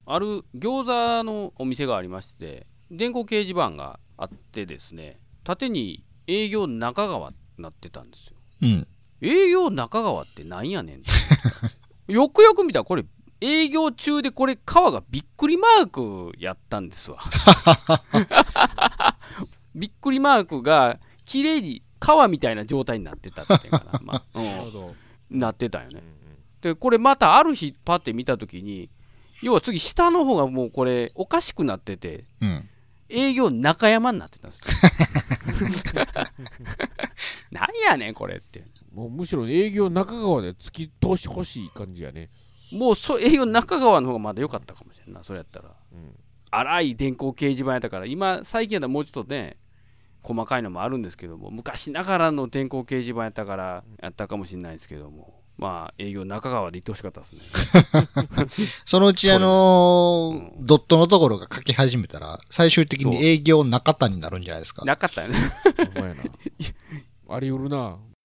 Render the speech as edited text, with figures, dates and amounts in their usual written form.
ある餃子のお店がありまして、電光掲示板があってですね、縦に営業中川になってたんですよ。 うん。 営業中川ってなんやねんって思ってたんですよ。よくよく見たらこれ営業中でこれ川がびっくりマークやったんですわ。びっくりマークが綺麗に川みたいな状態になってたっていうかな、まあ、なってたよね。でこれまたある日パッて見た時に、要は次下の方がもうこれおかしくなってて、 うん、 営業中山になってたんですよ。なんやねんこれって。 もうむしろ営業中川で突き通してほしい感じやね。 もう営業中川の方がまだ良かったかもしれんな、それやったら。荒い電光掲示板やったから、今最近やったらもうちょっとね細かいのもあるんですけども、昔ながらの電光掲示板やったからやったかもしれないですけども、まあ営業中川で行ってほしかったですね。 そのうちドットのところが書き始めたら最終的に営業中田になるんじゃないですか。 なかったよね。 ほんまやな。あり得るな。